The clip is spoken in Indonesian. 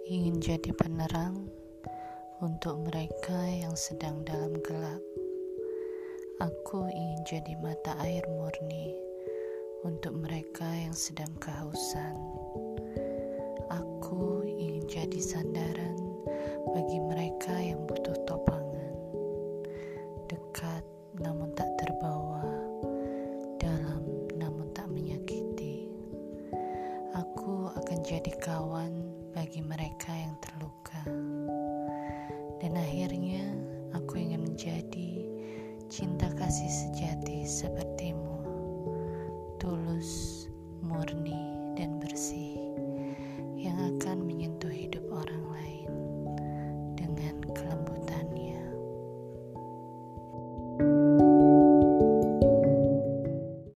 ingin jadi penerang untuk mereka yang sedang dalam gelap. Aku ingin jadi mata air murni untuk mereka yang sedang kehausan. Aku ingin jadi sandaran bagi mereka yang butuh topangan, dekat namun tak terbawa, dalam namun tak menyakiti. Aku akan jadi kawan bagi mereka yang terluka. Dan akhirnya aku ingin menjadi cinta kasih sejati sepertimu, tulus, murni, dan bersih.